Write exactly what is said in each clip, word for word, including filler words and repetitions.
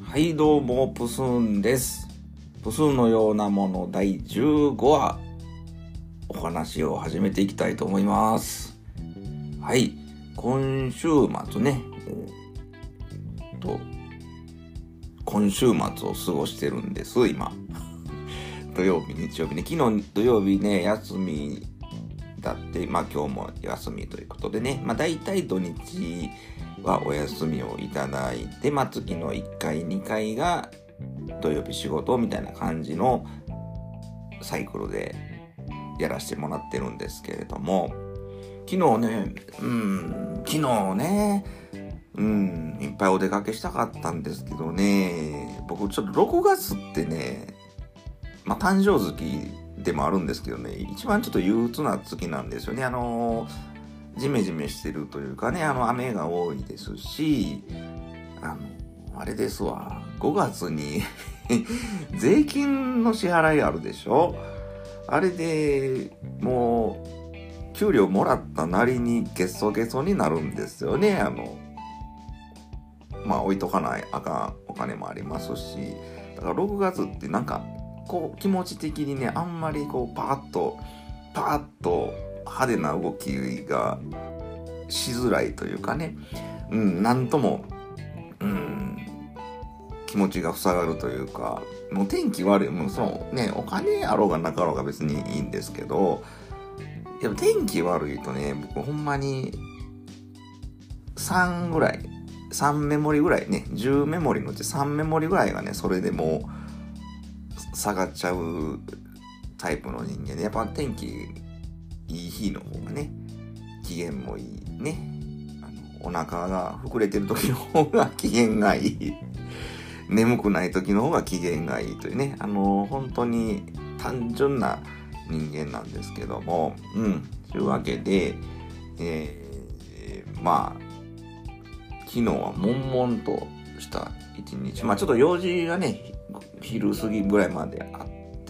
はいどうもプスンです。プスンのようなものだいじゅうごわお話を始めていきたいと思います。はい、今週末ね、えー、と今週末を過ごしてるんです今。土曜日日曜日ね、昨日土曜日ね休みだって、まあ今日も休みということでね、まあ大体土日はお休みをいただいて、まあ月のいっかいにかいが土曜日仕事みたいな感じのサイクルでやらせてもらってるんですけれども、昨日ね、うん、昨日ね、うん、いっぱいお出かけしたかったんですけどね、僕ちょっとろくがつってね、まあ誕生月でもあるんですけどね、一番ちょっと憂鬱な月なんですよね。あのジメジメしてるというかね、あの雨が多いですし、あのあれですわ、ごがつに税金の支払いあるでしょ。あれでもう給料もらったなりにゲソゲソになるんですよね。あのまあ置いとかないあかんお金もありますし、だからろくがつってなんかこう気持ち的にね、あんまりこうパーッとパーッと派手な動きがしづらいというかね、うん、なんとも、うん、気持ちが塞がるというか、もう天気悪い、もうそのね、お金あろうがなかろうが別にいいんですけど、でも天気悪いとね、僕ほんまにさんぐらい、さんメモリぐらいね、じゅうメモリのうちさんメモリぐらいがね、それでもう下がっちゃうタイプの人間で、やっぱ天気いい日の方がね、機嫌もいいね、あのお腹が膨れてる時の方が機嫌がいい眠くない時の方が機嫌がいいというね、あの本当に単純な人間なんですけども、うんというわけで、えー、まあ昨日は悶々とした一日、まあちょっと用事がね昼過ぎぐらいまであって、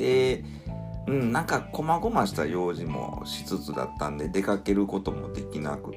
うん、なんかこまごました用事もしつつだったんで出かけることもできなくって、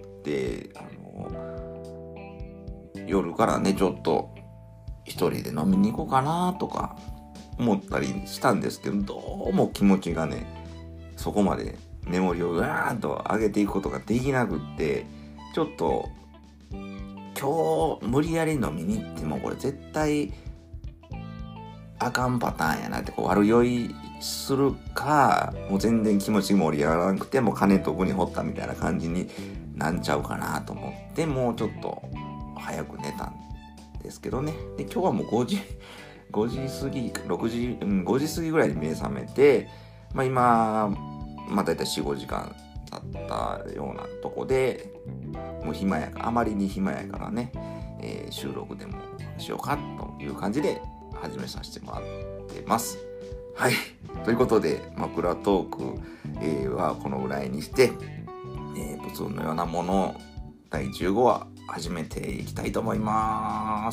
あの夜からねちょっと一人で飲みに行こうかなとか思ったりしたんですけど、どうも気持ちがねそこまでメモリをガーンと上げていくことができなくって、ちょっと今日無理やり飲みに行ってもこれ絶対あかんパターンやなって、こう悪酔いするか、もう全然気持ち盛り上がらなくてもう金と具に掘ったみたいな感じになんちゃうかなと思って、もうちょっと早く寝たんですけどね。で今日はもうごじごじ過ぎろくじ、うん、ごじ過ぎぐらいに目覚めて、まあ今まあだいたい よん,ご 時間経ったようなとこで、もう暇やから、あまりに暇やからね、えー、収録でもしようかという感じで始めさせてもらってます。はい、ということで枕トーク、えー、はこのぐらいにして、えー、プツンのようなものだいじゅうごわ始めていきたいと思います。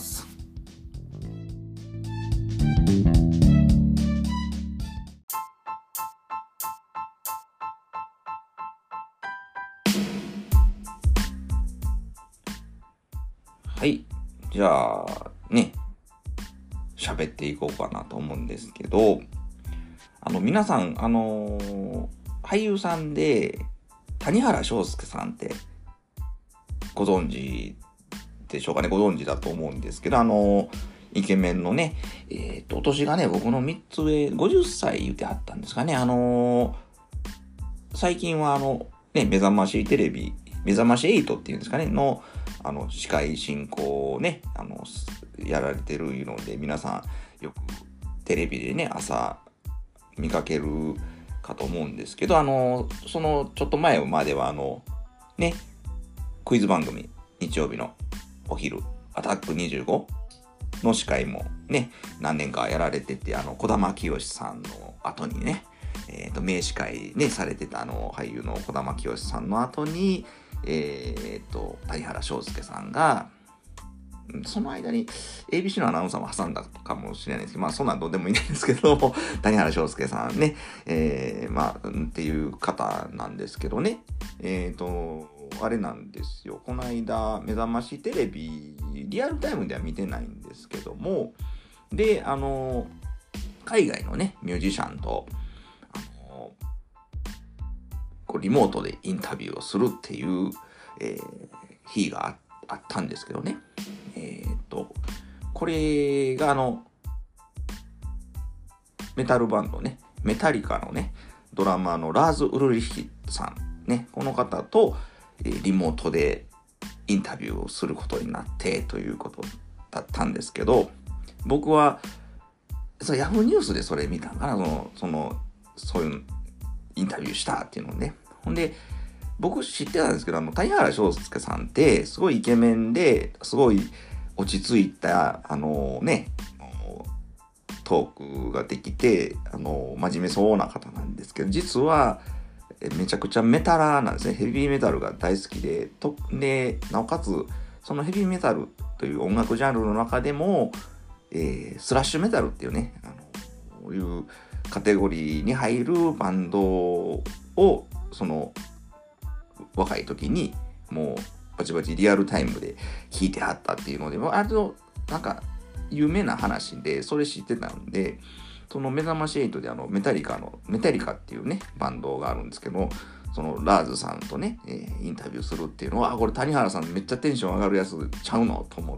はい、じゃあね喋っていこうかなと思うんですけど、あの皆さんあのー、俳優さんで谷原章介さんってご存知でしょうかね。ご存知だと思うんですけど、あのイケメンのね、えっとお年がね僕のみっつ上ごじゅっさい言ってはったんですかね。あの最近はあのね目覚ましテレビ目覚ましはちっていうんですかねのあの司会進行をねあのやられてるので、皆さんよくテレビでね朝見かけるかと思うんですけど、あのそのちょっと前まではあのねクイズ番組日曜日のお昼アタックにじゅうごの司会もね何年かやられてて、あの児玉清さんの後にね、えー、と名司会ねされてたあの俳優の児玉清さんの後にえー、と谷原章介さんが、その間に エービーシー のアナウンサーも挟んだかもしれないですけど、まあそんなんどうでもいいんですけど谷原章介さんね、えー、まあっていう方なんですけどね、えーとあれなんですよ、この間目覚ましテレビリアルタイムでは見てないんですけども、 で、あの、海外のね、ミュージシャンと、あの、こうリモートでインタビューをするっていう、えー、日が あ, あったんですけどね。えー、っと、これがあの、メタルバンドね、メタリカのね、ドラマーのラーズ・ウルリヒさん、ね、この方と、えー、リモートでインタビューをすることになってということだったんですけど、僕は、そヤフーニュースでそれ見たんかな、その、その、そういうインタビューしたっていうのをね。ほんで、僕知ってたんですけど、あの、谷原章介さんって、すごいイケメンで、すごい落ち着いた、あのね、トークができて、あの、真面目そうな方なんですけど、実は、めちゃくちゃメタラーなんですね。ヘビーメタルが大好きで、とで、なおかつ、そのヘビーメタルという音楽ジャンルの中でも、えー、スラッシュメタルっていうね、あの、こういうカテゴリーに入るバンドを、その、若い時に、もう、バチバチリアルタイムで聴いてはったっていうので、あれと、なんか、有名な話で、それ知ってたんで、その目覚ましはちであのメタリカの、メタリカっていうね、バンドがあるんですけど、そのラーズさんとね、えー、インタビューするっていうのは、あ、これ谷原さんめっちゃテンション上がるやつちゃうのと思って、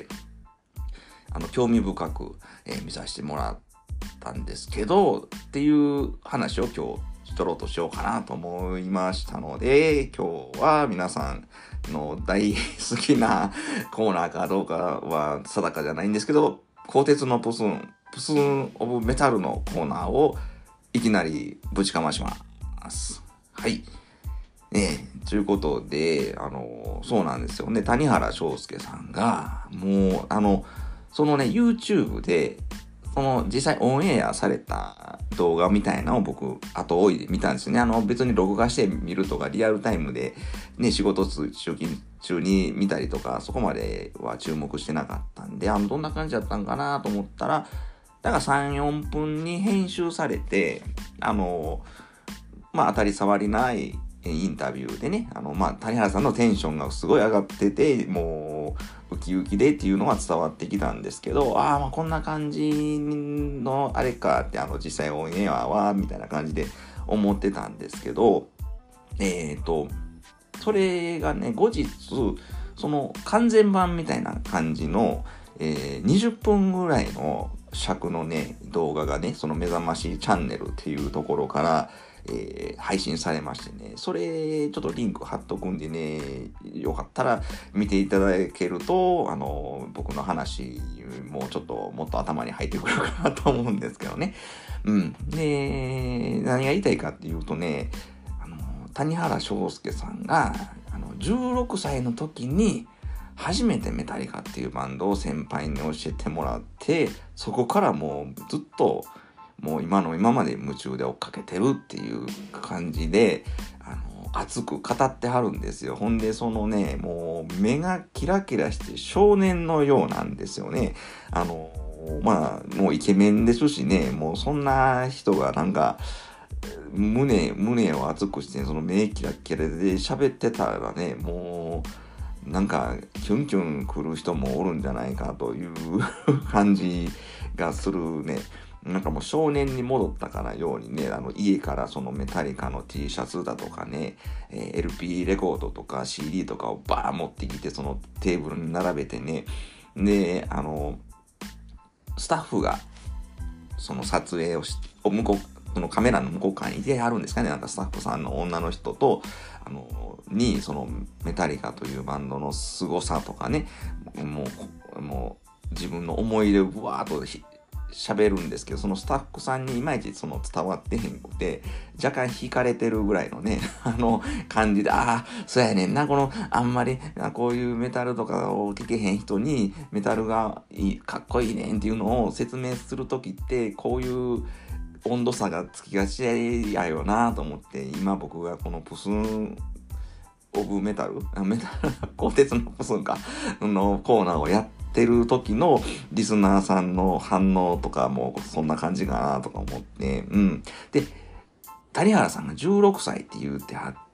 あの、興味深く、えー、見させてもらったんですけど、っていう話を今日、取ろうとしようかなと思いましたので、今日は皆さんの大好きなコーナーかどうかは定かじゃないんですけど、鋼鉄のプスン、プスンオブメタルのコーナーをいきなりぶちかまします。はい。ねえ、ということで、あの、そうなんですよね。谷原章介さんが、もう、あの、そのね、YouTube で、その実際オンエアされた動画みたいなのを僕後追いで見たんですよね。あの別に録画して見るとかリアルタイムでね、仕事通勤中に見たりとかそこまでは注目してなかったんで、あのどんな感じだったんかなと思ったら、だからさん、よんぷんに編集されて、あの、まあ当たり障りないインタビューでね、あのまあ谷原さんのテンションがすごい上がってて、もうウキウキでっていうのは伝わってきたんですけど、ああまあこんな感じのあれかって、あの実際オンエアはみたいな感じで思ってたんですけど、えっとそれがね後日その完全版みたいな感じの、えー、にじゅっぷんぐらいの尺のね動画がね、その目覚ましチャンネルっていうところからえー、配信されましてね、それちょっとリンク貼っとくんでね、よかったら見ていただけると、あの僕の話もちょっともっと頭に入ってくるかなと思うんですけどね。うん。で、何が言いたいかっていうとね、あの谷原章介さんがあのじゅうろくさいの時に初めてメタリカっていうバンドを先輩に教えてもらって、そこからもうずっともう今の今まで夢中で追っかけてるっていう感じで、あの、熱く語ってはるんですよ。ほんで、そのね、もう目がキラキラして少年のようなんですよね。あの、まあ、もうイケメンですしね、もうそんな人がなんか、胸、胸を熱くして、その目キラキラで喋ってたらね、もう、なんか、キュンキュン来る人もおるんじゃないかという感じがするね。なんかもう少年に戻ったかのようにね、あの家からそのメタリカの T シャツだとかね、えー、エルピー レコードとか シーディー とかをバー持ってきて、そのテーブルに並べてね、で、あの、スタッフがその撮影をし、向こう、そのカメラの向こう側にいてあるんですかね、なんかスタッフさんの女の人と、あの、に、そのメタリカというバンドの凄さとかね、もう、もう自分の思い出をブワーっと喋るんですけど、そのスタッフさんにいまいちその伝わってへんくて、若干惹かれてるぐらいのね、あの感じで、ああ、そうやねんな、この、あんまり、こういうメタルとかを聞けへん人に、メタルがいい、かっこいいねんっていうのを説明するときって、こういう温度差がつきがちやよなと思って、今僕がこのプスン、オブメタルメタル鋼鉄のプスンかのコーナーをやってる時のリスナーさんの反応とかもそんな感じかなとか思って、うん。で、谷原さんがじゅうろくさいって言うてはっ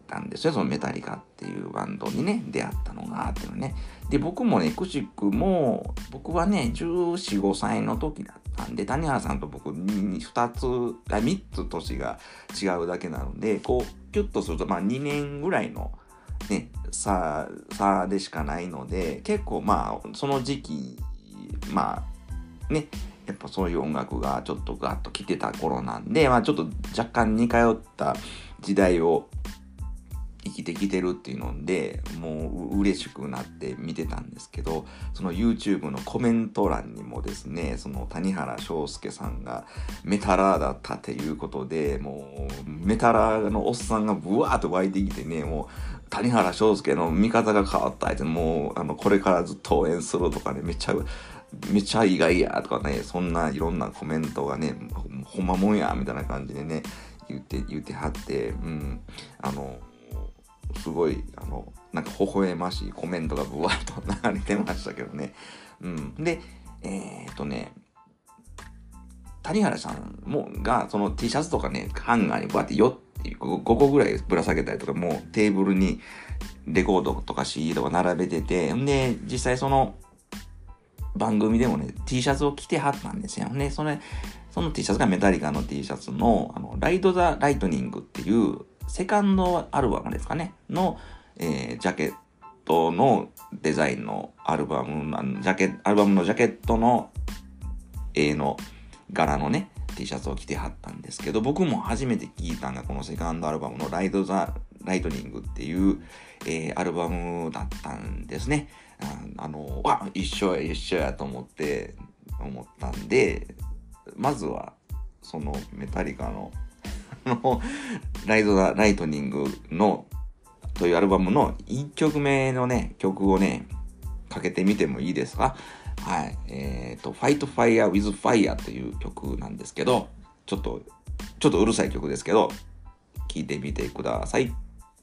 たんですよ。そのメタリカっていうバンドにね、出会ったのがあっていうのね。で、僕もね、くしくも、僕はね、じゅうよん、ごさいの時だったんで、谷原さんと僕にふたつ、あ、みっつ年が違うだけなので、こう、キュッとすると、まあにねんぐらいのね、差、差でしかないので、結構まあ、その時期、まあ、ね、やっぱそういう音楽がちょっとガッと来てた頃なんで、まあちょっと若干似通った時代を生きてきてるっていうので、もう嬉しくなって見てたんですけど、その YouTube のコメント欄にもですね、その谷原章介さんがメタラーだったっていうことで、もうメタラーのおっさんがブワーっと湧いてきてね、もう谷原章介の見方が変わったって、もうあのこれからずっと応援するとかね、めっちゃめっちゃ意外やとかね、そんないろんなコメントがね、ほんまもんやみたいな感じでね、言って言ってはって、うん、あのすごいあのなんか微笑ましいコメントがブワーッと流れてましたけどね。うん、で、えー、っとね、谷原さんもがその T シャツとかね、ハンガーにこうやってよってごこぐらいぶら下げたりとか、もうテーブルにレコードとか シーディー とか並べてて、んで実際その番組でもね T シャツを着てはったんですよね。それその T シャツがメタリカの T シャツのあのライド・ザ・ライトニングっていうセカンドアルバムですかねの、えー、ジャケットのデザインのアルバムなんジャケアルバムのジャケットの絵の柄のね T シャツを着てはったんですけど、僕も初めて聞いたのがこのセカンドアルバムのライド・ザ・ライトニングっていう、えー、アルバムだったんですね。あ, あのあ一緒や一緒やと思って思ったんで、まずはそのメタリカのライド・ザ・ライトニングのというアルバムのいっきょくめのね曲をねかけてみてもいいですか？はい、えっと Fight Fire with Fire という曲なんですけど、ちょっとちょっとうるさい曲ですけど聴いてみてください。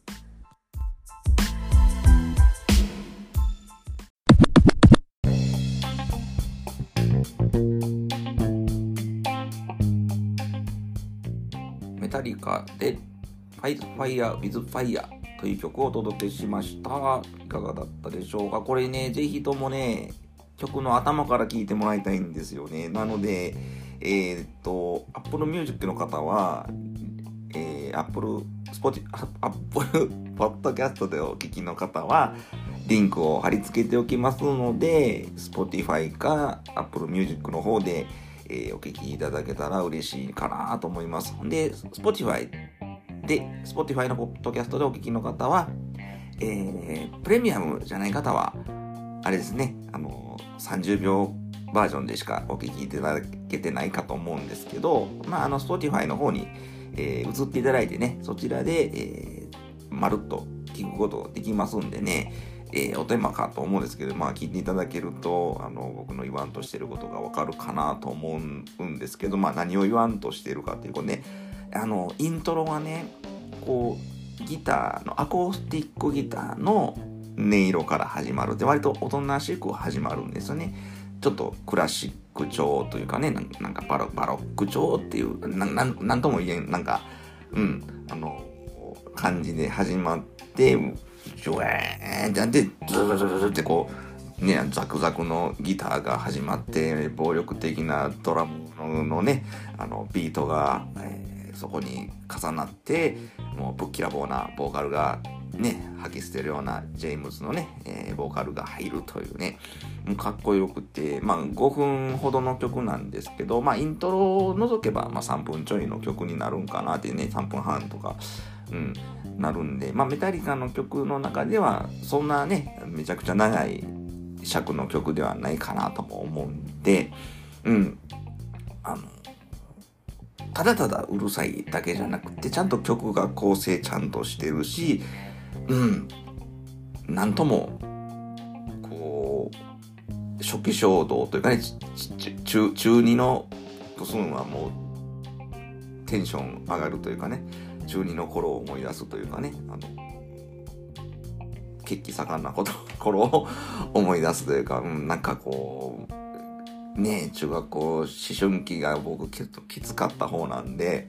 メタリカで Fight Fire with Fire という曲をお届けしました。いかがだったでしょうか？これね、ぜひともね、曲の頭から聴いてもらいたいんですよね。なので、えー、っと、Apple Music の方は、えー、Apple Spotify、Apple Podcast でお聴きの方は、リンクを貼り付けておきますので、Spotify か Apple Music の方で、えー、お聴きいただけたら嬉しいかなと思います。で、Spotify で、Spotify のポッドキャストでお聞きの方は、えー、プレミアムじゃない方は、あれですね、あの、さんじゅうびょうバージョンでしかお聞きいただけてないかと思うんですけど、まあ、あの、Spotify の方に、えー、移っていただいてね、そちらで、えー、まるっと聞くことできますんでね、えー、お手間かと思うんですけど、まあ、聞いていただけると、あの、僕の言わんとしてることがわかるかなと思うんですけど、まあ、何を言わんとしてるかっていうとね、あの、イントロがね、こう、ギターの、アコースティックギターの音色から始まるで、割とおとなしく始まるんですよね。ちょっとクラシック調というかね、なんかバロ、バロック調っていう、な、なん、なんとも言えん、なんか、うん、あの、感じで始まって、ジュエーンってなって、ズズズズズってこう、ね、ザクザクのギターが始まって、暴力的なドラムのね、あの、ビートが、えー、そこに重なって、もうぶっきらぼうなボーカルがね、吐き捨てるようなジェームズのね、えー、ボーカルが入るというね、かっこよくて、まあごふんほどの曲なんですけど、まあイントロを除けば、まあさんぷんちょいの曲になるんかなってね、さんぷんはんとか、うん、なるんで、まあメタリカの曲の中では、そんなね、めちゃくちゃ長い尺の曲ではないかなとも思うんで、うん、あの、ただただうるさいだけじゃなくて、ちゃんと曲が構成ちゃんとしてるし、うん、なんとも、こう、初期衝動というかね、中、中二のプスンはもう、テンション上がるというかね、中二の頃を思い出すというかね、あの、血気盛んなこと、頃を思い出すというか、うん、なんかこう、ねえ、中学校、思春期が僕きつかった方なんで、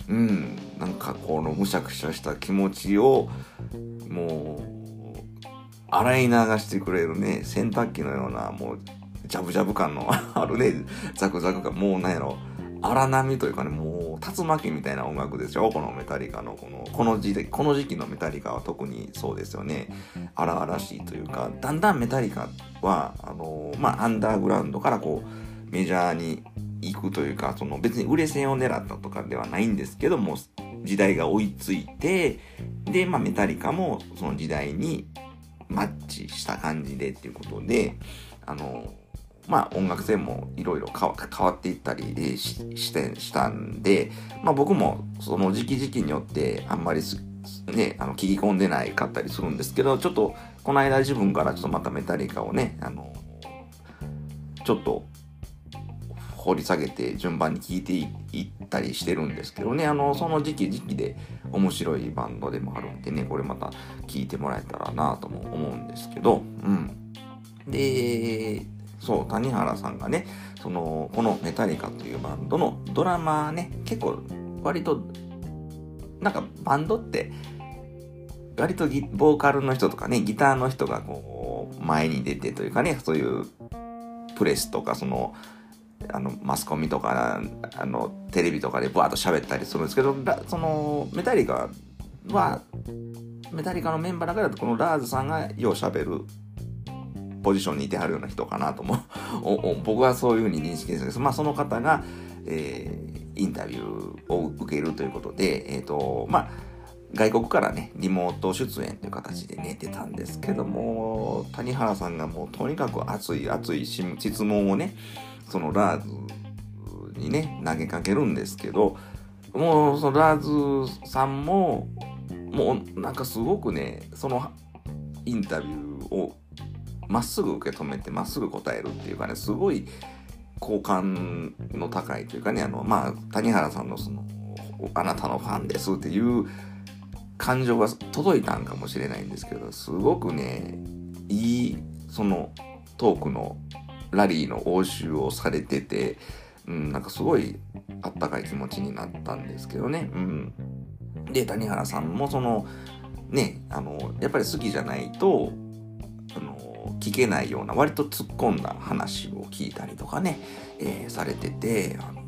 うん、なんかこのむしゃくしゃした気持ちをもう洗い流してくれるね、洗濯機のようなもうジャブジャブ感のあるね、ザクザク感、もうなんやろ、荒波というかね、もう竜巻みたいな音楽ですよ。このメタリカのこのこの時代、この時期のメタリカは特にそうですよね。荒々しいというか、だんだんメタリカはあのまあアンダーグラウンドからこうメジャーに行くというか、その別に売れ線を狙ったとかではないんですけども、時代が追いついて、でまあメタリカもその時代にマッチした感じでっていうことで、あのまあ音楽性もいろいろ変わっていったりししてしたんで、まあ僕もその時期時期によってあんまりすね、あの聞き込んでないかったりするんですけど、ちょっとこの間自分からちょっとまたメタリカをね、あのちょっと掘り下げて順番に聞いていったりしてるんですけどね、あのその時期時期で面白いバンドでもあるんでね、これまた聞いてもらえたらなとも思うんですけど、うん。で、そう、谷原さんがね、その、このメタリカというバンドのドラマね、結構割と、なんかバンドって、割とギボーカルの人とかね、ギターの人がこう、前に出てというかね、そういうプレスとか、その、あの、マスコミとか、あの、テレビとかでバーッと喋ったりするんですけど、その、メタリカは、メタリカのメンバーだからこのラーズさんがよう喋るポジションにいてはるような人かなとも僕はそういうふうに認識です。まあその方が、えー、インタビューを受けるということで、えっとまあ外国からねリモート出演という形でね出たんですけども、谷原さんがもうとにかく熱い熱い質問をねそのラーズにね投げかけるんですけど、もうそのラーズさんももうなんかすごくねそのインタビューをまっすぐ受け止めてまっすぐ答えるっていうかね、すごい好感の高いというかね、あのまあ谷原さんのそのあなたのファンですっていう感情が届いたんかもしれないんですけど、すごくねいいそのトークのラリーの応酬をされてて、うん、なんかすごいあったかい気持ちになったんですけどね。うん、で谷原さんもそのねあのやっぱり好きじゃないとあの聞けないような割と突っ込んだ話を聞いたりとかね、えー、されてて、あ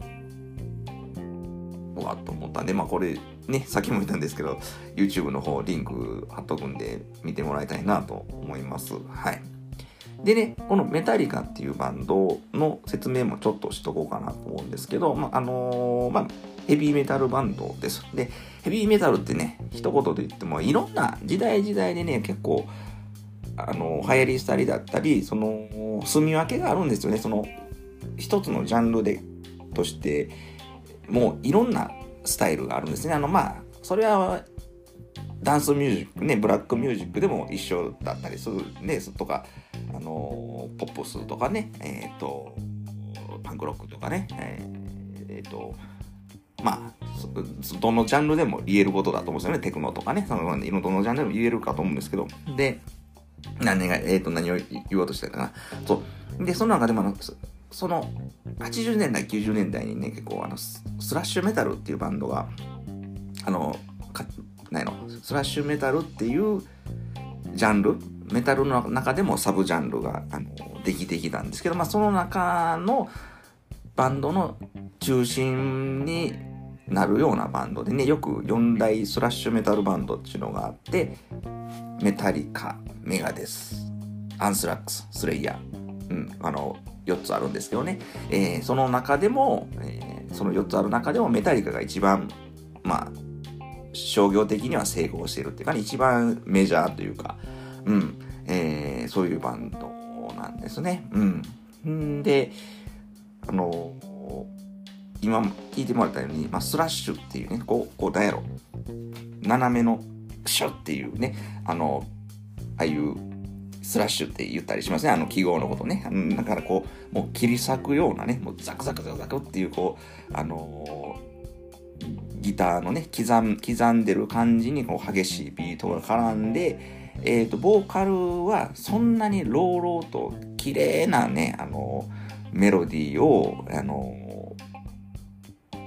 のうわっと思ったんで、まあこれねさっきも言ったんですけど YouTube の方リンク貼っとくんで見てもらいたいなと思います。はい。でね、このメタリカっていうバンドの説明もちょっとしとこうかなと思うんですけど、まああのー、まあヘビーメタルバンドです。でヘビーメタルってね一言で言ってもいろんな時代時代でね結構あの流行り廃りだったり、その住み分けがあるんですよね。その一つのジャンルでとしてもういろんなスタイルがあるんですね。あのまあそれはダンスミュージックね、ブラックミュージックでも一緒だったりするねとか、あのポップスとかね、えっ、ー、とパンクロックとかね、えっ、ー、とまあどのジャンルでも言えることだと思うんですよね。テクノとかね、そのどのジャンルでも言えるかと思うんですけど、で何が、えっ、ー、と、何を言おうとしてたかな。そう。で、その中でもあの、その、はちじゅうねんだい、きゅうじゅうねんだいにね、結構あの、スラッシュメタルっていうバンドが、あの、か、ないの、スラッシュメタルっていうジャンル、メタルの中でもサブジャンルが、あの、できてきたんですけど、まあ、その中のバンドの中心になるようなバンドでね、よくよん大スラッシュメタルバンドっていうのがあって、メタリカ、メガデス、アンスラックス、スレイヤー、うん、あのよっつあるんですけどね、えー、その中でも、えー、そのよっつある中でもメタリカが一番まあ商業的には成功しているっていうか、ね、一番メジャーというか、うんえー、そういうバンドなんですね。うん、であの今聞いてもらったように、まあ、スラッシュっていうね、こうこうなんやろ斜めのシュッっていうね、あのああいうスラッシュって言ったりしますね、あの記号のことね。だからこうもう切り裂くようなね、もうザクザクザクザクっていうこうあのー、ギターのね刻ん刻んでる感じにこう激しいビートが絡んで、えーとボーカルはそんなに朗々と綺麗なねあのメロディーをあの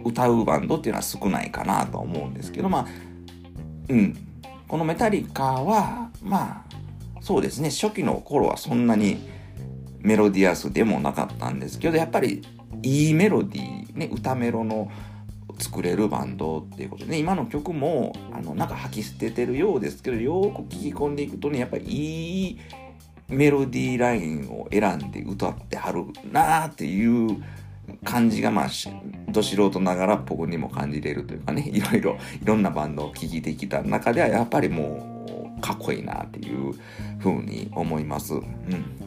歌うバンドっていうのは少ないかなと思うんですけど、まあうんこのメタリカはまあそうですね、初期の頃はそんなにメロディアスでもなかったんですけど、やっぱりいいメロディーね、歌メロの作れるバンドっていうことでね、今の曲もあのなんか吐き捨ててるようですけど、よーく聞き込んでいくとね、やっぱりいいメロディーラインを選んで歌ってはるなーっていう感じが、まあど素人ながら僕にも感じれるというかね、いろいろいろんなバンドを聴いてきた中ではやっぱりもうかっこいいなっていう風に思います。うん、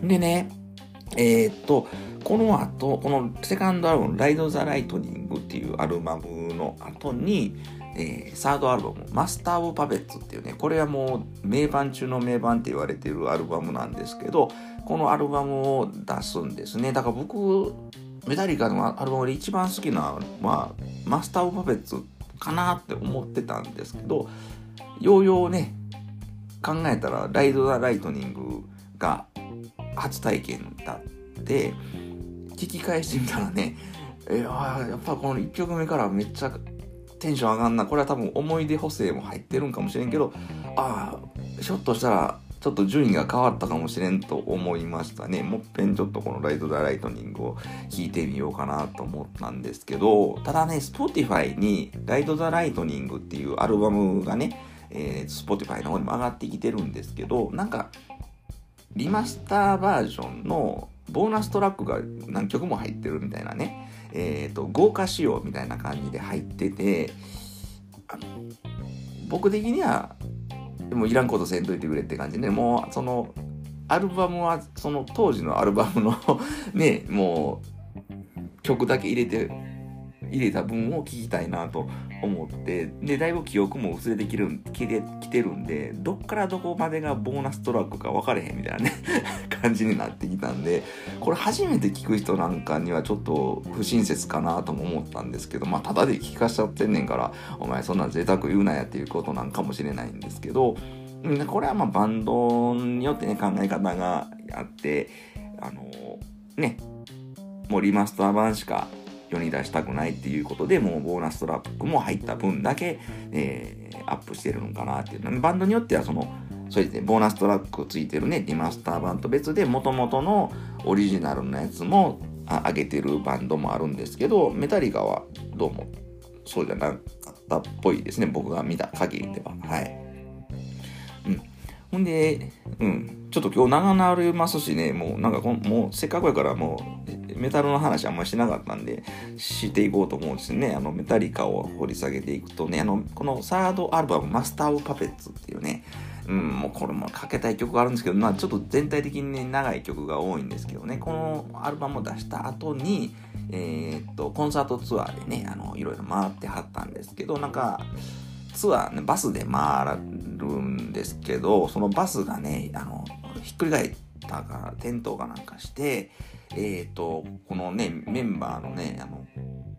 でね、えー、っとこの後このセカンドアルバム「ライド・ザ・ライトニング」っていうアルバムの後に、えー、サードアルバム「マスター・オブ・パペッツ」っていうね、これはもう名盤中の名盤って言われているアルバムなんですけど、このアルバムを出すんですね。だから僕メタリカのアルバムで一番好きなのはマスター・オブ・パペッツかなって思ってたんですけど、ようようね考えたら「ライド・ザ・ライトニング」が初体験だって聞き返してみたらね、いややっぱこのいっきょくめからめっちゃテンション上がんな。これは多分思い出補正も入ってるんかもしれんけど、ああひょっとしたらちょっと順位が変わったかもしれんと思いましたね。もっぺんちょっとこのライド・ザ・ライトニングを聞いてみようかなと思ったんですけど、ただね Spotify にライド・ザ・ライトニングっていうアルバムがね、えー、Spotify の方にも上がってきてるんですけど、なんかリマスターバージョンのボーナストラックが何曲も入ってるみたいなね、えーと豪華仕様みたいな感じで入ってて、あの僕的にはでもいらんことせんといてくれって感じで、もうそのアルバムはその当時のアルバムのねもう曲だけ入れて入れた分を聞きたいなと思って、でだいぶ記憶も薄れてきるきてきてるんで、どっからどこまでがボーナストラックか分かれへんみたいなね感じになってきたんで、これ初めて聞く人なんかにはちょっと不親切かなとも思ったんですけど、まあただで聞かしちゃってんねんからお前そんな贅沢言うなやっていうことなんかもしれないんですけど、これはまあバンドによってね考え方があって、あのねもうリマスター版しか世に出したくないっていうことで、もうボーナストラックも入った分だけ、えー、アップしてるのかなっていうの、バンドによってはそのそうですね、ボーナストラックついてるねリマスター版と別で元々のオリジナルのやつも上げてるバンドもあるんですけど、メタリカはどうもそうじゃなかったっぽいですね、僕が見た限りでは。はい。うん。ほんで、うん、ちょっと今日長なりますしね、もうなんかこもうせっかくやからもうメタルの話あんまりしなかったんでしていこうと思うんですね。あのメタリカを掘り下げていくとね、あのこのサードアルバムマスター・オブ・パペッツっていうね、うん、もうこれもかけたい曲があるんですけど、まあちょっと全体的に、ね、長い曲が多いんですけどね、このアルバムを出した後にえー、っとコンサートツアーでね、あのいろいろ回ってはったんですけど、なんかツアーねバスで回るんですけど、そのバスがねあのひっくり返ったか転倒かなんかして、えー、っとこのねメンバーのねあの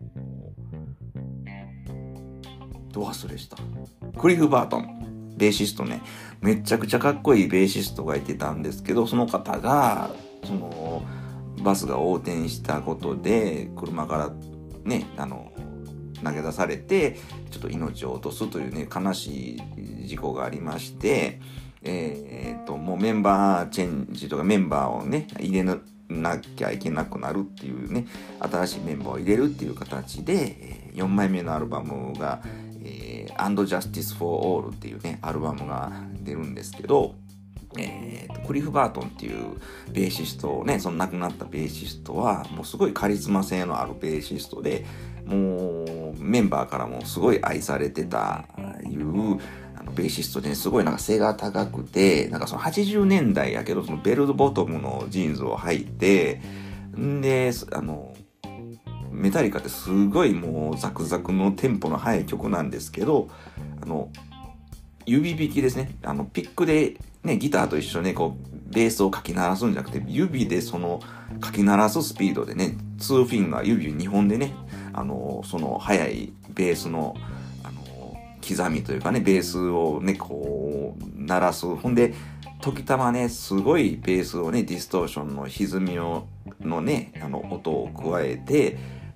ど忘れしたクリフ・バートンベーシストね、めちゃくちゃかっこいいベーシストがいてたんですけど、その方がそのバスが横転したことで車からねあの投げ出されてちょっと命を落とすというね悲しい事故がありまして、えー、っともうメンバーチェンジとかメンバーをね入れなきゃいけなくなるっていうね、新しいメンバーを入れるっていう形でよんまいめのアルバムが、えー、And Justice for All っていうねアルバムが出るんですけど、えー、とクリフ・バートンっていうベーシストね、その亡くなったベーシストはもうすごいカリスマ性のあるベーシストで、もうメンバーからもすごい愛されてたいうあのベーシストで、ね、すごいなんか背が高くて、なんかそのはちじゅうねんだいやけどそのベルボトムのジーンズを履いて、んであのメタリカってすごいもうザクザクのテンポの速い曲なんですけど、あの指弾きですね、あのピックでねギターと一緒にこうベースをかき鳴らすんじゃなくて、指でそのかき鳴らすスピードでね、ツーフィンガー指にほんでね、あのその速いベースのあの刻みというかね、ベースをねこう鳴らす、ほんで時たまねすごいベースをねディストーションの歪みをのねあの音を加えて、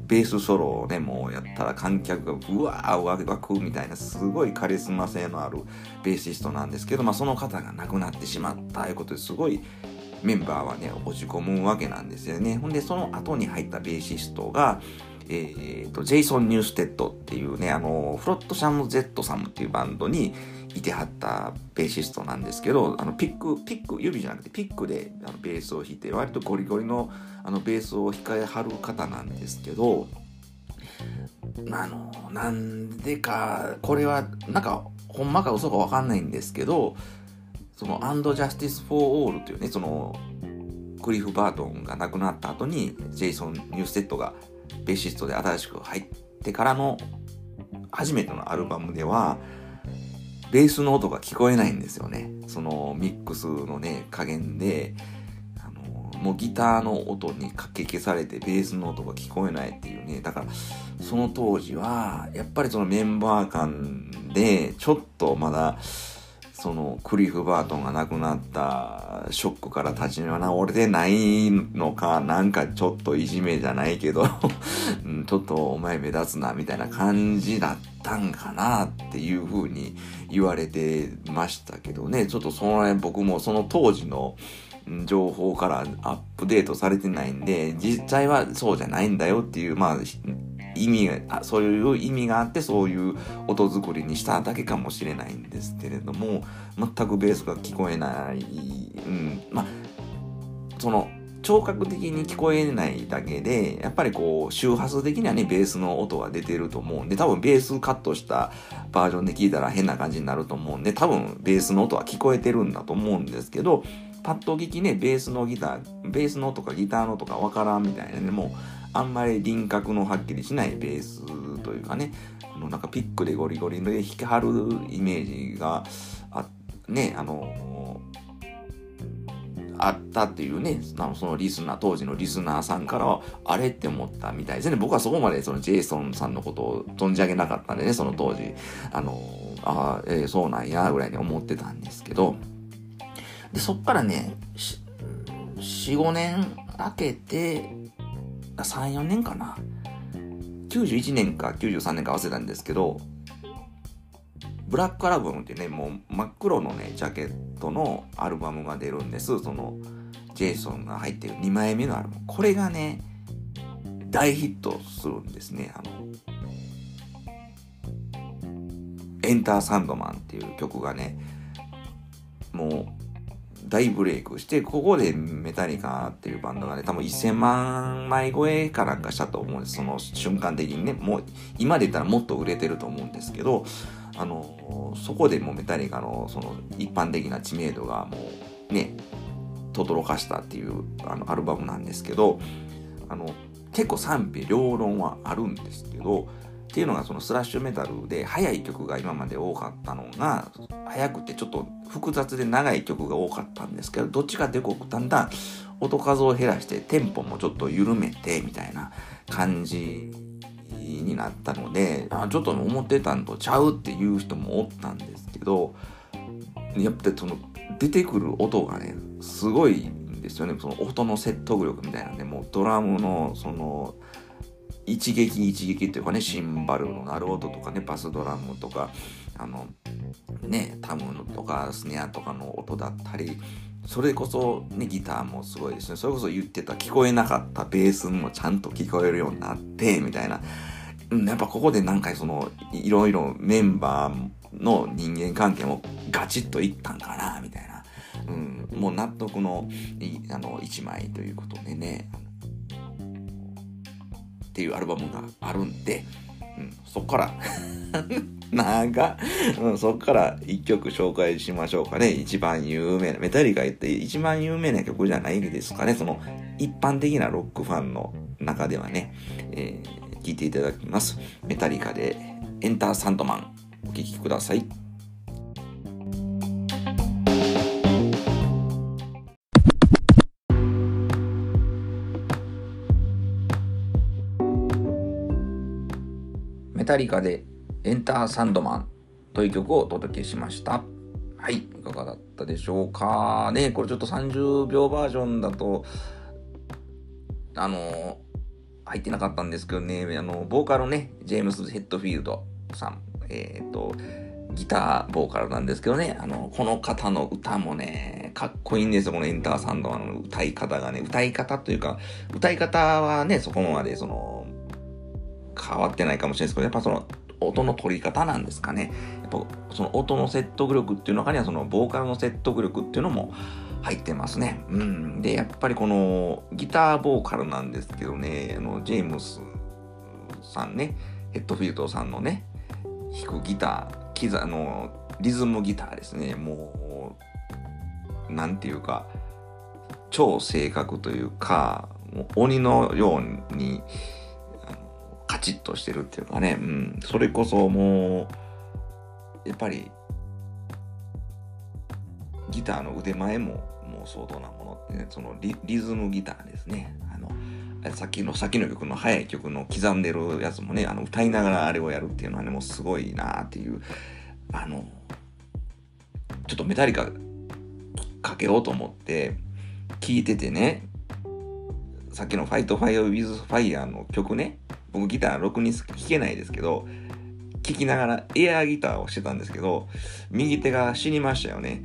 ベースソロをね、もうやったら観客がうわーわわくみたいな、すごいカリスマ性のあるベーシストなんですけど、まあその方が亡くなってしまったということですごいメンバーはね、落ち込むわけなんですよね。ほんで、その後に入ったベーシストが、えーと、ジェイソン・ニューステッドっていうね、あの、フロットシャム・ゼットサムっていうバンドにいてはったベーシストなんですけど、あの、ピック、ピック、指じゃなくてピックであのベースを弾いて、割とゴリゴリのあのベースを弾かはる方なんですけど、あの、なんでか、これは、なんか、ほんまか嘘かわかんないんですけど、その、アンド・ジャスティス・フォー・オールというね、その、クリフ・バートンが亡くなった後に、ジェイソン・ニューステッドがベーシストで新しく入ってからの初めてのアルバムでは、ベースの音が聞こえないんですよね。そのミックスのね、加減で、あの、もうギターの音にかき消されてベースの音が聞こえないっていうね。だから、その当時は、やっぱりそのメンバー間で、ちょっとまだ、そのクリフ・バートンが亡くなったショックから立ち直れてないのか、なんかちょっといじめじゃないけどちょっとお前目立つなみたいな感じだったんかなっていう風に言われてましたけどね。ちょっとその辺僕もその当時の情報からアップデートされてないんで、実際はそうじゃないんだよっていう、まあ意味が、そういう意味があってそういう音作りにしただけかもしれないんですけれども、全くベースが聞こえない、うん、まあその聴覚的に聞こえないだけで、やっぱりこう周波数的にはねベースの音が出てると思うんで、多分ベースカットしたバージョンで聞いたら変な感じになると思うんで、多分ベースの音は聞こえてるんだと思うんですけど、パッと聞きね、ベースのギターベースの音かギターの音かわからんみたいなね、もうあんまり輪郭のはっきりしないベースというかね、あのなんかピックでゴリゴリで弾きはるイメージがあね、あのあったっていうね、そのリスナー、当時のリスナーさんからはあれって思ったみたいですね。僕はそこまでそのジェイソンさんのことを存じ上げなかったんでね、その当時あのあ、えー、そうなんやぐらいに思ってたんですけど、でそっからね よん、ごねん空けてさん、よねんかな、きゅうじゅういちねんかきゅうじゅうさんねんか忘れたんですけど、ブラックアルバムってね、もう真っ黒のねジャケットのアルバムが出るんです。そのジェイソンが入ってるにまいめのアルバム、これがね大ヒットするんですね。あのエンターサンドマンっていう曲がね、もう大ブレイクして、ここでメタリカっていうバンドがね、多分せんまんまい超えかなんかしたと思うんです。その瞬間的にね、もう今で言ったらもっと売れてると思うんですけど、あのそこでもうメタリカのその一般的な知名度がもうね轟かしたっていうあのアルバムなんですけど、あの結構賛否両論はあるんですけど、っていうのがそのスラッシュメタルで速い曲が今まで多かったのが、速くてちょっと複雑で長い曲が多かったんですけど、どっちかでこうだんだん音数を減らしてテンポもちょっと緩めてみたいな感じになったので、あちょっと思ってたんとちゃうっていう人もおったんですけど、やっぱりその出てくる音がねすごいんですよね。その音の説得力みたいなんで、もうドラムのその一撃一撃というかね、シンバルの鳴る音とかね、バスドラムとかあのねタムとかスネアとかの音だったり、それこそねギターもすごいですね。それこそ言ってた聞こえなかったベースもちゃんと聞こえるようになってみたいな、やっぱここでなんかそのいろいろメンバーの人間関係もガチッといったんかなみたいな、うん、もう納得のあの一枚ということでねっていうアルバムがあるんで、うん、そっからなんか、うん、そっから一曲紹介しましょうかね。一番有名なメタリカって一番有名な曲じゃないですかね。その一般的なロックファンの中ではね、えー、聴いていただきます。メタリカでエンターサンドマン、お聴きください。メタリカでエンターサンドマンという曲をお届けしました。はい、いかがだったでしょうかね。これちょっとさんじゅうびょうバージョンだとあの入ってなかったんですけどね、あの、ボーカルね、ジェームス・ヘッドフィールドさん、えっと、ギターボーカルなんですけどね、あの、この方の歌もね、かっこいいんですよ、このエンターサンドの歌い方がね、歌い方というか、歌い方はね、そこまでその、変わってないかもしれないですけど、やっぱその、音の取り方なんですかね。やっぱその音の説得力っていう中にはそのボーカルの説得力っていうのも入ってますね。うん。で、やっぱりこのギターボーカルなんですけどね、あの、ジェームスさんね、ヘッドフィールドさんのね、弾くギター、キザ、あの、リズムギターですね。もう、なんていうか、超正確というか、もう鬼のように、カチッとしてるっていうかね、うん、それこそもう、やっぱり、ギターの腕前も、もう相当なものってね、そのリ、リズムギターですね。あの、さっきの、さっきの曲の速い曲の刻んでるやつもね、あの、歌いながらあれをやるっていうのはね、もうすごいなっていう、あの、ちょっとメタリカかけようと思って、聴いててね、さっきのファイトファイアウィズファイヤーの曲ね、僕ギターろくに弾けないですけど、聴きながらエアーギターをしてたんですけど、右手が死にましたよね。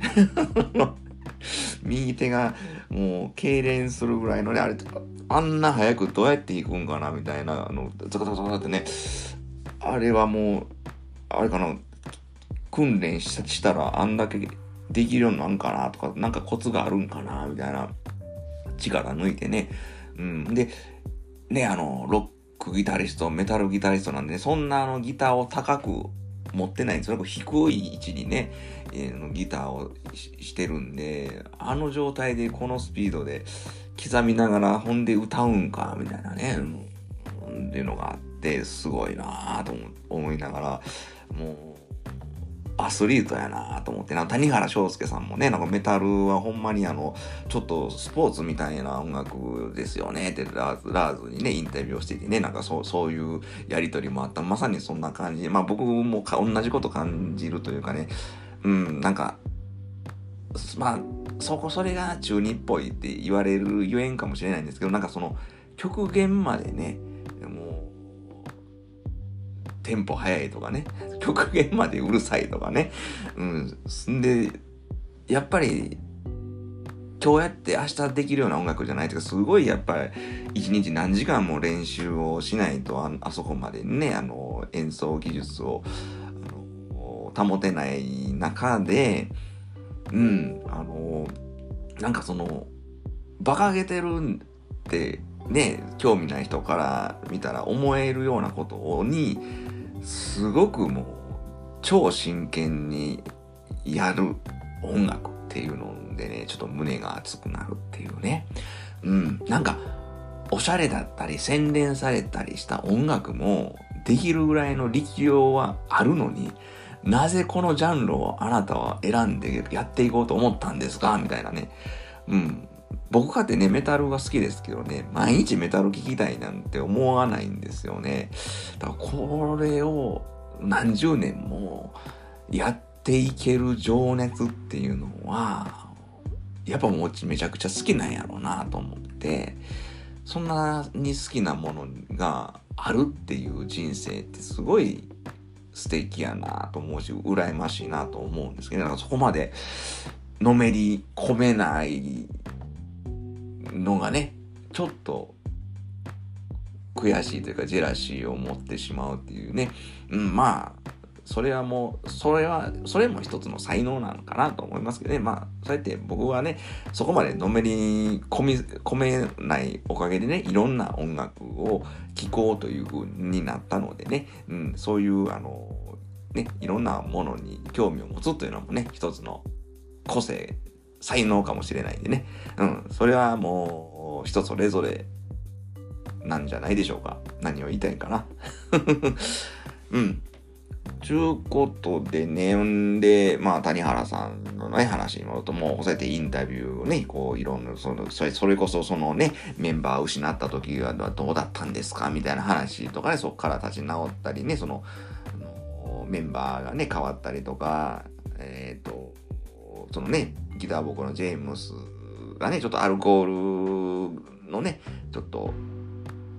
右手がもう痙攣するぐらいのね、あれ、あんな早くどうやって弾くんかなみたいな、あの、ザカザカザカってね、あれはもう、あれかな、訓練したらあんだけできるようになるんかなとか、なんかコツがあるんかなみたいな力抜いてね、うん。で、ね、あの、ロックギタリスト、メタルギタリストなんで、ね、そんなあのギターを高く持ってないんですよ。低い位置にね、えー、ギターを し, してるんで、あの状態でこのスピードで刻みながら、ほんで歌うんか、みたいなね、うん、っていうのがあって、すごいなぁと思いながら、もう、アスリートやなと思って、なんか谷原章介さんもね、なんかメタルはほんまにあの、ちょっとスポーツみたいな音楽ですよねってラーズ、ラーズにね、インタビューをしていてね、なんかそう、そういうやりとりもあった。まさにそんな感じ。まあ僕もか同じこと感じるというかね、うん、なんか、まあ、そこ、それが中二っぽいって言われるゆえんかもしれないんですけど、なんかその、極限までね、もう、テンポ速いとかね、極限までうるさいとかね。うん。んで、やっぱり、今日やって明日できるような音楽じゃないというか、すごいやっぱり、一日何時間も練習をしないと、あ、あそこまでね、あの、演奏技術を、あの、保てない中で、うん、あの、なんかその、馬鹿げてるってね、興味ない人から見たら思えるようなことに、すごくもう超真剣にやる音楽っていうのでね、ちょっと胸が熱くなるっていうね。うん。なんか、おしゃれだったり洗練されたりした音楽もできるぐらいの力量はあるのに、なぜこのジャンルをあなたは選んでやっていこうと思ったんですかみたいなね。うん。僕かってね、メタルが好きですけどね、毎日メタル聴きたいなんて思わないんですよね。だからこれを何十年もやっていける情熱っていうのは、やっぱもうめちゃくちゃ好きなんやろうなと思って、そんなに好きなものがあるっていう人生ってすごい素敵やなと思うし、羨ましいなと思うんですけど、だからそこまでのめり込めないのがね、ちょっと悔しいというかジェラシーを持ってしまうっていうね。うん、まあ、それはもう、それは、それも一つの才能なのかなと思いますけどね。まあ、そうやって僕はね、そこまでのめり込み、込めないおかげでね、いろんな音楽を聴こうという風になったのでね、うん、そういう、あの、ね、いろんなものに興味を持つというのもね、一つの個性、才能かもしれないんでね。うん、それはもう、人それぞれなんじゃないでしょうか。何を言いたいかな。うん。ちゅうことでね、んで、まあ、谷原さんのね、話に戻ると、もう、そうやってインタビューをね、こう、いろんな、その、それ、それこそ、そのね、メンバーを失った時はどうだったんですかみたいな話とかね、そこから立ち直ったりね、その、あのメンバーがね、変わったりとか、えっと、そのね、ギターボーカルのジェームスがね、ちょっとアルコールのね、ちょっと、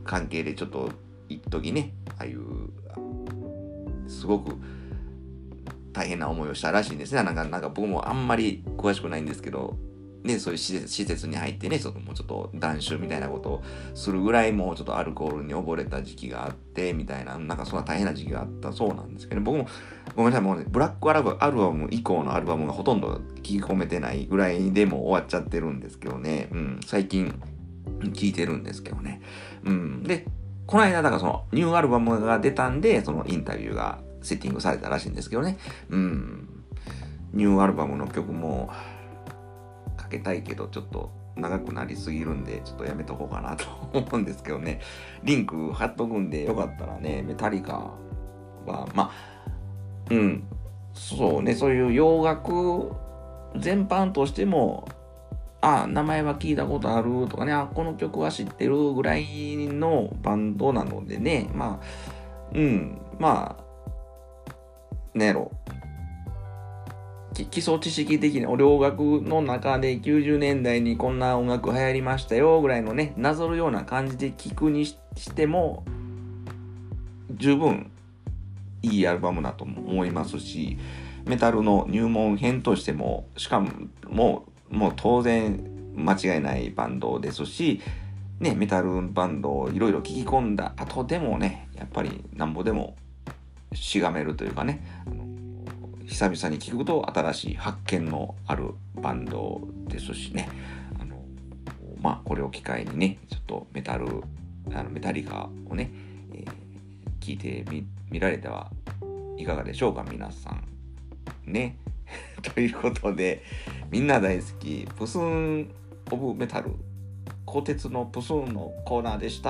関係でちょっと一時ね、ああいうすごく大変な思いをしたらしいんですね。なんかなんか僕もあんまり詳しくないんですけど、ね、そういう施設、施設に入ってね、ちょっともうちょっと断酒みたいなことをするぐらいもうちょっとアルコールに溺れた時期があってみたいな、なんかそんな大変な時期があったそうなんですけど、僕もごめんなさい、もうね、ブラックアルバム、アルバム以降のアルバムがほとんど聞き込めてないぐらいでもう終わっちゃってるんですけどね、うん、最近聞いてるんですけどね。うん、で、この間だからそのニューアルバムが出たんで、そのインタビューがセッティングされたらしいんですけどね。うん、ニューアルバムの曲もかけたいけどちょっと長くなりすぎるんでちょっとやめとこうかなと思うんですけどね。リンク貼っとくんでよかったらね、メタリカはまあうんそうね、そういう洋楽全般としても、あ、名前は聞いたことあるとかね、あ、この曲は知ってるぐらいのバンドなのでね、まあうんまあねろ基礎知識的に洋楽の中できゅうじゅうねんだいにこんな音楽流行りましたよぐらいのね、なぞるような感じで聞くにしても十分いいアルバムだと思いますし、メタルの入門編としてもしかももう、もう当然間違いないバンドですしね、メタルバンドをいろいろ聞き込んだ後でもね、やっぱりなんぼでもしがめるというかね、あの久々に聞くと新しい発見のあるバンドですしね、あのまあこれを機会にね、ちょっとメタルあのメタリカをね、えー、聞いてみ見られてはいかがでしょうか皆さんね。ということで、みんな大好きプスーンオブメタル、鋼鉄のプスーンのコーナーでした。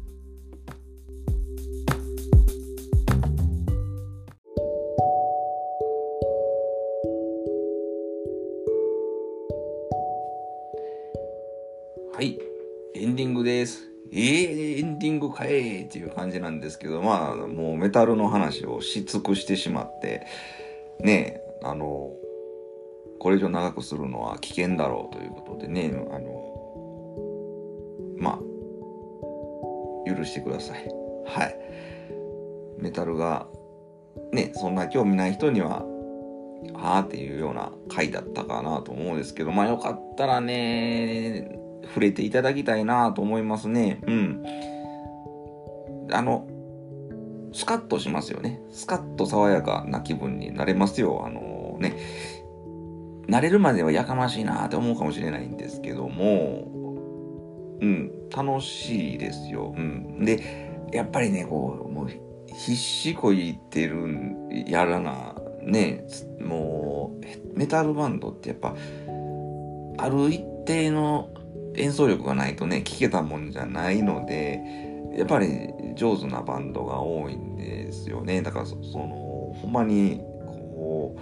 はい、エンディングです。えー、エンディングかえーっていう感じなんですけど、まあもうメタルの話をし尽くしてしまってね、あのこれ以上長くするのは危険だろうということでね、あのまあ許してください。はい。メタルがね、そんな興味ない人にははあっていうような回だったかなと思うんですけど、まあよかったらね触れていただきたいなと思いますね。うん。あのスカッとしますよね。スカッと爽やかな気分になれますよ。あのね、慣れるまではやかましいなって思うかもしれないんですけども、うん、楽しいですよ。うん。で、やっぱりね、こう、もう必死こいてるやらな、ね、もう、メタルバンドってやっぱ、ある一定の演奏力がないとね、聴けたもんじゃないので、やっぱり上手なバンドが多いんですよね。だからそ、その、ほんまに、こ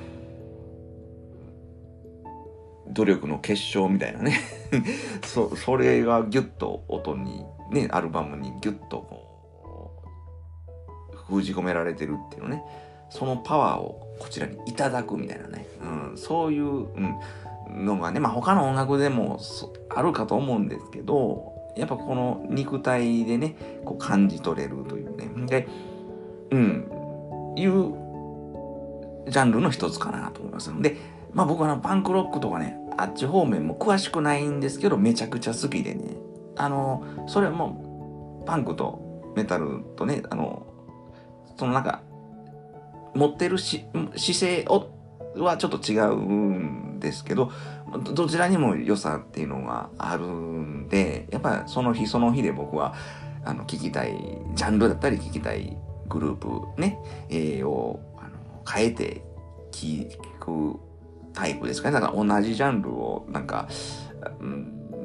う、努力の結晶みたいなね。そ、それがギュッと音に、ね、アルバムにギュッとこう、封じ込められてるっていうのね。そのパワーをこちらにいただくみたいなね。うん、そういう、うん、のがね、まあ他の音楽でもあるかと思うんですけど、やっぱこの肉体でね、こう感じ取れるというね。で、うん、いうジャンルの一つかなと思いますので、まあ僕はパンクロックとかね、あっち方面も詳しくないんですけど、めちゃくちゃ好きでね、あの、それもパンクとメタルとね、あの、そのなんか、持ってるし姿勢をはちょっと違うんですけど、どちらにも良さっていうのがあるんで、やっぱりその日その日で僕はあの聞きたいジャンルだったり聞きたいグループね、えー、をあの変えて聞くタイプですかね。だから同じジャンルをなんか、うん、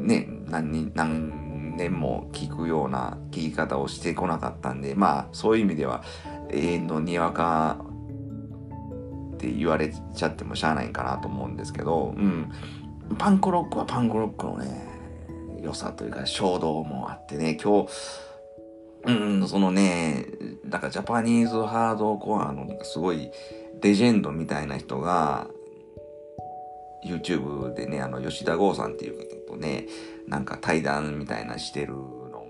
ね、何何年も聞くような聞き方をしてこなかったんで、まあそういう意味では永遠のにわかって言われちゃってもしゃあないんかなと思うんですけど、うん、パンクロックはパンクロックのね良さというか衝動もあってね、今日うんそのね、だからジャパニーズハードコアのすごいレジェンドみたいな人が YouTube でね、あの吉田剛さんっていう方とね、なんか対談みたいなしてるの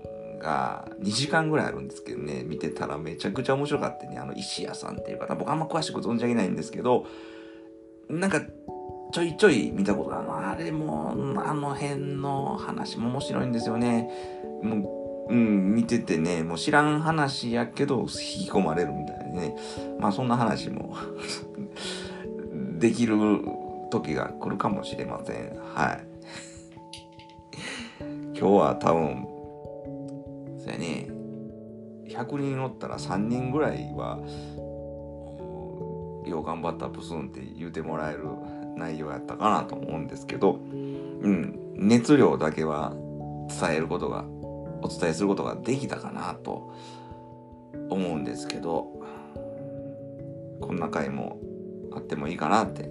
がにじかんぐらいあるんですけどね、見てたらめちゃくちゃ面白かったね。あの石屋さんっていう方、僕あんま詳しく存じ上げないんですけど、なんかちょいちょい見たことがあるの。あれもあの辺の話も面白いんですよね。もう、うん、見ててね、もう知らん話やけど引き込まれるみたいなね。まあそんな話もできる時が来るかもしれません。はい。今日は多分そうやね、ひゃくにんおったらさんにんぐらいはよう頑張ったプスンって言うてもらえる内容やったかなと思うんですけど、うん、熱量だけは伝えることがお伝えすることができたかなと思うんですけど、こんな回もあってもいいかなって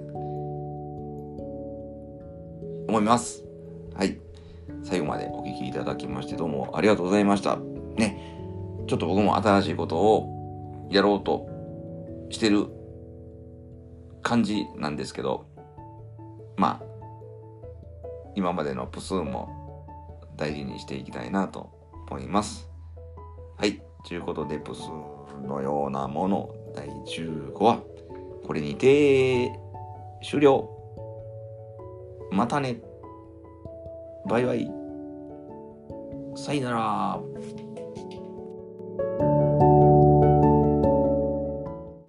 思います。はい、最後までお聞きいただきましてどうもありがとうございましたね。ちょっと僕も新しいことをやろうとしてる感じなんですけど、まあ今までのプスーンも大事にしていきたいなと思います。はい、ということでプスーンのようなものだいじゅうごわこれにて終了。またね、バイバイ、さよなら。